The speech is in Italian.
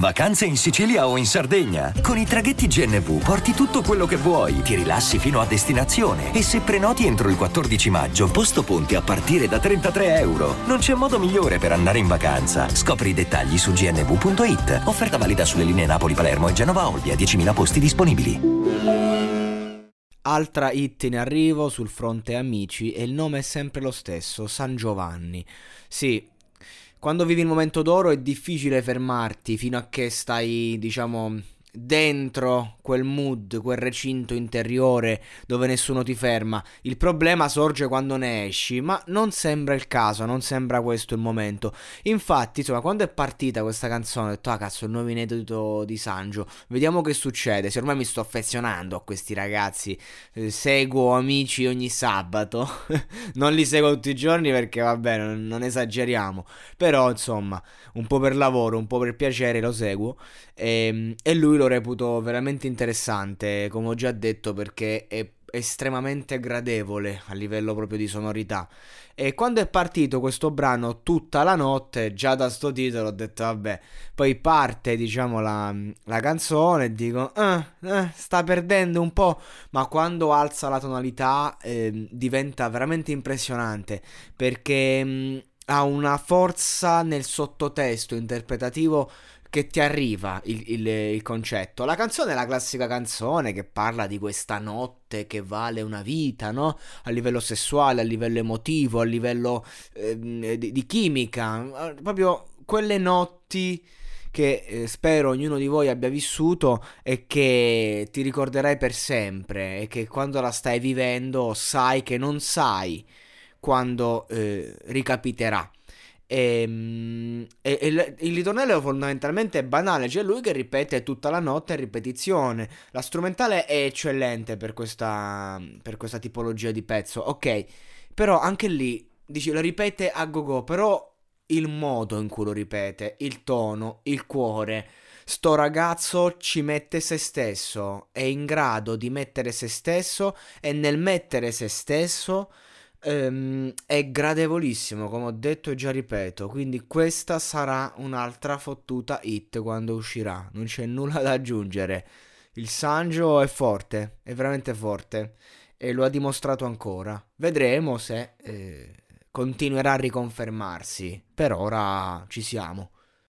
Vacanze in Sicilia o in Sardegna? Con i traghetti GNV porti tutto quello che vuoi, ti rilassi fino a destinazione e se prenoti entro il 14 maggio, posto ponti a partire da €33. Non c'è modo migliore per andare in vacanza. Scopri i dettagli su gnv.it. Offerta valida sulle linee Napoli-Palermo e Genova-Olbia, 10.000 posti disponibili. Altra hit in arrivo sul fronte amici e il nome è sempre lo stesso, San Giovanni. Sì, quando vivi il momento d'oro è difficile fermarti fino a che stai, diciamo, dentro quel mood, quel recinto interiore dove nessuno ti ferma. Il problema sorge quando ne esci, ma non sembra il caso, non sembra questo il momento. Infatti, insomma, quando è partita questa canzone ho detto, ah cazzo, il nuovo inedito di Sangio, vediamo che succede. Se ormai mi sto affezionando a questi ragazzi, seguo amici ogni sabato, non li seguo tutti i giorni perché vabbè, non esageriamo, però insomma, un po' per lavoro, un po' per piacere lo seguo. E lui lo reputo veramente interessante, come ho già detto, perché è estremamente gradevole a livello proprio di sonorità. E quando è partito questo brano Tutta la notte, già da sto titolo ho detto vabbè, poi parte diciamo la canzone e dico sta perdendo un po', ma quando alza la tonalità diventa veramente impressionante, perché ha una forza nel sottotesto interpretativo che ti arriva il concetto. La canzone è la classica canzone che parla di questa notte che vale una vita, no? A livello sessuale, a livello emotivo, a livello di chimica, proprio quelle notti che spero ognuno di voi abbia vissuto e che ti ricorderai per sempre, e che quando la stai vivendo sai che non sai quando ricapiterà. Il ritornello fondamentalmente è banale, c'è lui che ripete tutta la notte in ripetizione. La strumentale è eccellente per questa tipologia di pezzo, ok, però anche lì dici lo ripete a go-go, però il modo in cui lo ripete, il tono, il cuore. Sto ragazzo ci mette se stesso, è in grado di mettere se stesso, e nel mettere se stesso è gradevolissimo, come ho detto e già ripeto. Quindi questa sarà un'altra fottuta hit quando uscirà, non c'è nulla da aggiungere. Il Sangio è forte, è veramente forte, e lo ha dimostrato ancora. Vedremo se continuerà a riconfermarsi. Per ora ci siamo.